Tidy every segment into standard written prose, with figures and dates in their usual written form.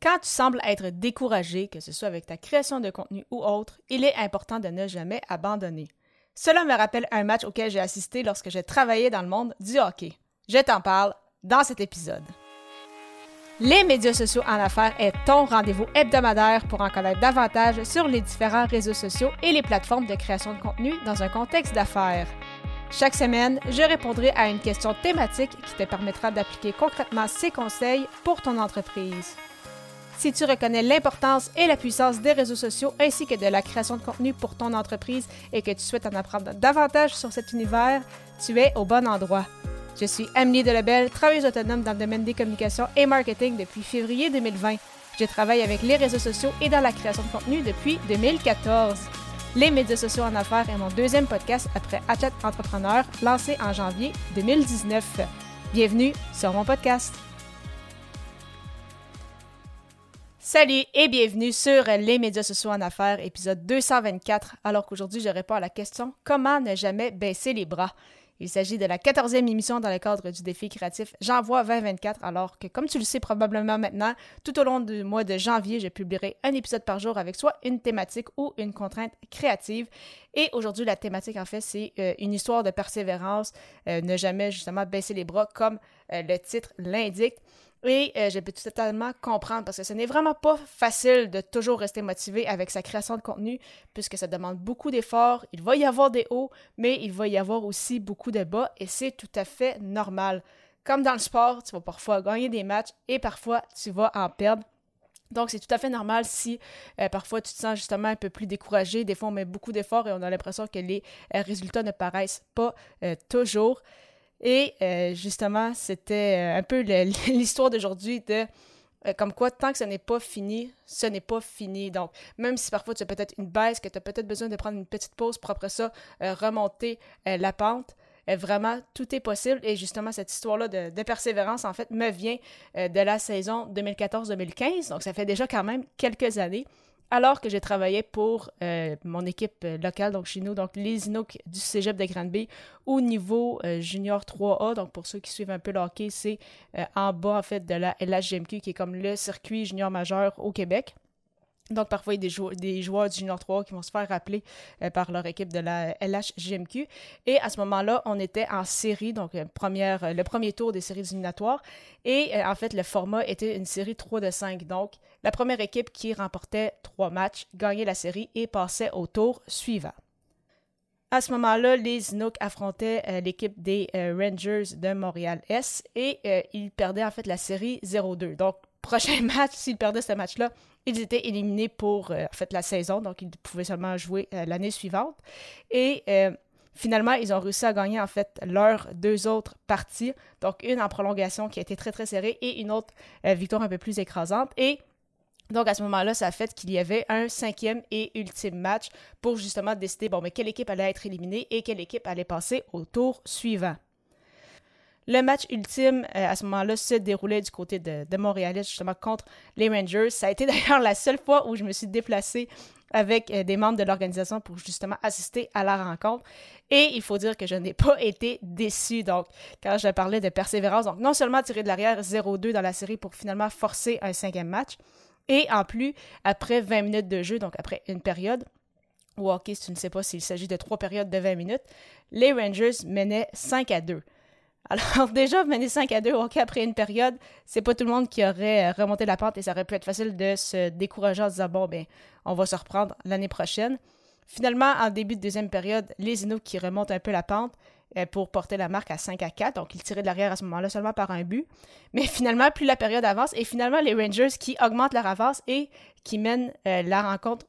Quand tu sembles être découragé, que ce soit avec ta création de contenu ou autre, il est important de ne jamais abandonner. Cela me rappelle un match auquel j'ai assisté lorsque je travaillais dans le monde du hockey. Je t'en parle dans cet épisode. Les médias sociaux en affaires est ton rendez-vous hebdomadaire pour en connaître davantage sur les différents réseaux sociaux et les plateformes de création de contenu dans un contexte d'affaires. Chaque semaine, je répondrai à une question thématique qui te permettra d'appliquer concrètement ces conseils pour ton entreprise. Si tu reconnais l'importance et la puissance des réseaux sociaux ainsi que de la création de contenu pour ton entreprise et que tu souhaites en apprendre davantage sur cet univers, tu es au bon endroit. Je suis Amélie Delebel, travailleuse autonome dans le domaine des communications et marketing depuis février 2020. Je travaille avec les réseaux sociaux et dans la création de contenu depuis 2014. Les médias sociaux en affaires est mon deuxième podcast après Hatchet Entrepreneur, lancé en janvier 2019. Bienvenue sur mon podcast. Salut et bienvenue sur les médias sociaux en affaires, épisode 224, alors qu'aujourd'hui je réponds à la question « Comment ne jamais baisser les bras ?» Il s'agit de la 14e émission dans le cadre du défi créatif J'envoie 2024, alors que comme tu le sais probablement maintenant, tout au long du mois de janvier, je publierai un épisode par jour avec soit une thématique ou une contrainte créative. Et aujourd'hui, la thématique en fait, c'est une histoire de persévérance, ne jamais justement baisser les bras comme le titre l'indique. Et je peux totalement comprendre parce que ce n'est vraiment pas facile de toujours rester motivé avec sa création de contenu puisque ça demande beaucoup d'efforts. Il va y avoir des hauts, mais il va y avoir aussi beaucoup de bas et c'est tout à fait normal. Comme dans le sport, tu vas parfois gagner des matchs et parfois tu vas en perdre. Donc, c'est tout à fait normal si parfois tu te sens justement un peu plus découragé. Des fois, on met beaucoup d'efforts et on a l'impression que les résultats ne paraissent pas toujours. Et justement, c'était un peu l'histoire d'aujourd'hui de comme quoi, tant que ce n'est pas fini, ce n'est pas fini. Donc, même si parfois tu as peut-être une baisse, que tu as peut-être besoin de prendre une petite pause pour après ça remonter la pente, vraiment, tout est possible. Et justement, cette histoire-là de persévérance, en fait, me vient de la saison 2014-2015. Donc, ça fait déjà quand même quelques années. Alors que j'ai travaillé pour mon équipe locale, donc chez nous, donc les Inuks du Cégep de Granby, au niveau junior 3A. Donc pour ceux qui suivent un peu le hockey, c'est en bas en fait de la LHGMQ, qui est comme le circuit junior majeur au Québec. Donc, parfois, il y a des joueurs du Junior 3 qui vont se faire rappeler par leur équipe de la LHGMQ. Et à ce moment-là, on était en série, donc le premier tour des séries éliminatoires. Et en fait, le format était une série 3 de 5. Donc, la première équipe qui remportait 3 matchs gagnait la série et passait au tour suivant. À ce moment-là, les Inuks affrontaient l'équipe des Rangers de Montréal-Est et ils perdaient en fait la série 0-2. Donc, prochain match, s'ils perdaient ce match-là, ils étaient éliminés pour en fait la saison, donc ils pouvaient seulement jouer l'année suivante. Et finalement, ils ont réussi à gagner en fait leurs 2 autres parties, donc une en prolongation qui a été très très serrée et une autre victoire un peu plus écrasante. Et donc, à ce moment-là, ça a fait qu'il y avait un 5e et ultime match pour justement décider mais quelle équipe allait être éliminée et quelle équipe allait passer au tour suivant. Le match ultime, à ce moment-là, se déroulait du côté de Montréal, justement, contre les Rangers. Ça a été d'ailleurs la seule fois où je me suis déplacée avec des membres de l'organisation pour justement assister à la rencontre. Et il faut dire que je n'ai pas été déçue. Donc, quand je parlais de persévérance, donc non seulement tirer de l'arrière 0-2 dans la série pour finalement forcer un 5e match, et en plus, après 20 minutes de jeu, donc après une période, au hockey, si tu ne sais pas s'il s'agit de 3 périodes de 20 minutes, les Rangers menaient 5-2. Alors déjà, mener 5-2 au hockey après une période, c'est pas tout le monde qui aurait remonté la pente et ça aurait pu être facile de se décourager en se disant on va se reprendre l'année prochaine. Finalement, en début de deuxième période, les Inuks qui remontent un peu la pente pour porter la marque à 5-4, donc ils tiraient de l'arrière à ce moment-là seulement par un but. Mais finalement, plus la période avance et finalement les Rangers qui augmentent leur avance et qui mènent la rencontre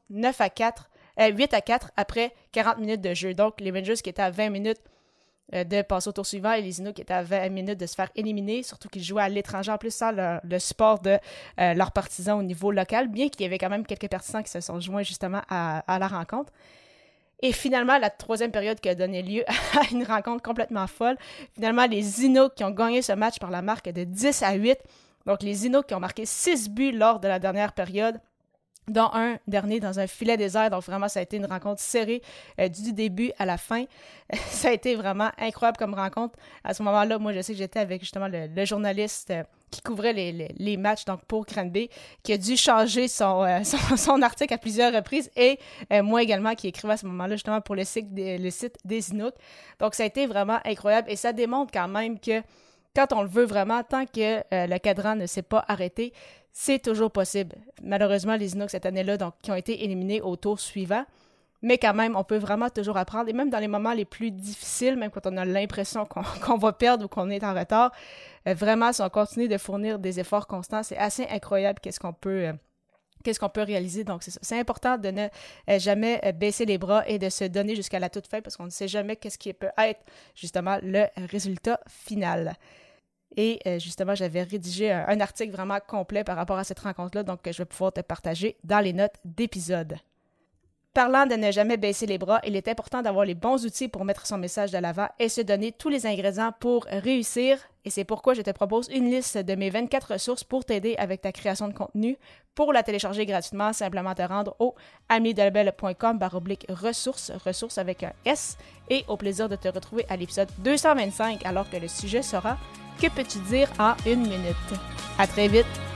8-4 après 40 minutes de jeu. Donc les Rangers qui étaient à 20 minutes de passer au tour suivant et les Inuks qui étaient à 20 minutes de se faire éliminer, surtout qu'ils jouaient à l'étranger en plus sans le support de leurs partisans au niveau local, bien qu'il y avait quand même quelques partisans qui se sont joints justement à la rencontre. Et finalement, la 3e période qui a donné lieu à une rencontre complètement folle, finalement les Inuks qui ont gagné ce match par la marque de 10-8, donc les Inuks qui ont marqué 6 buts lors de la dernière période, dont un dernier dans un filet désert. Donc vraiment, ça a été une rencontre serrée du début à la fin. Ça a été vraiment incroyable comme rencontre. À ce moment-là, moi, je sais que j'étais avec justement le journaliste qui couvrait les matchs donc pour Granby, qui a dû changer son article à plusieurs reprises, et moi également qui écrivais à ce moment-là justement pour le site des Inuits. Donc ça a été vraiment incroyable et ça démontre quand même que quand on le veut vraiment, tant que le cadran ne s'est pas arrêté, c'est toujours possible. Malheureusement, les Inuits cette année-là, donc, qui ont été éliminés au tour suivant, mais quand même, on peut vraiment toujours apprendre. Et même dans les moments les plus difficiles, même quand on a l'impression qu'on va perdre ou qu'on est en retard, vraiment, si on continue de fournir des efforts constants, c'est assez incroyable qu'est-ce qu'on peut réaliser. Donc, c'est ça. C'est important de ne jamais baisser les bras et de se donner jusqu'à la toute fin parce qu'on ne sait jamais qu'est-ce qui peut être justement le résultat final. Et justement, j'avais rédigé un article vraiment complet par rapport à cette rencontre-là, donc je vais pouvoir te partager dans les notes d'épisode. Parlant de ne jamais baisser les bras, il est important d'avoir les bons outils pour mettre son message de l'avant et se donner tous les ingrédients pour réussir. Et c'est pourquoi je te propose une liste de mes 24 ressources pour t'aider avec ta création de contenu. Pour la télécharger gratuitement, simplement te rendre au amiedelabel.com/ressources, ressources avec un S, et au plaisir de te retrouver à l'épisode 225 alors que le sujet sera « Que peux-tu dire en 1 minute ?» À très vite!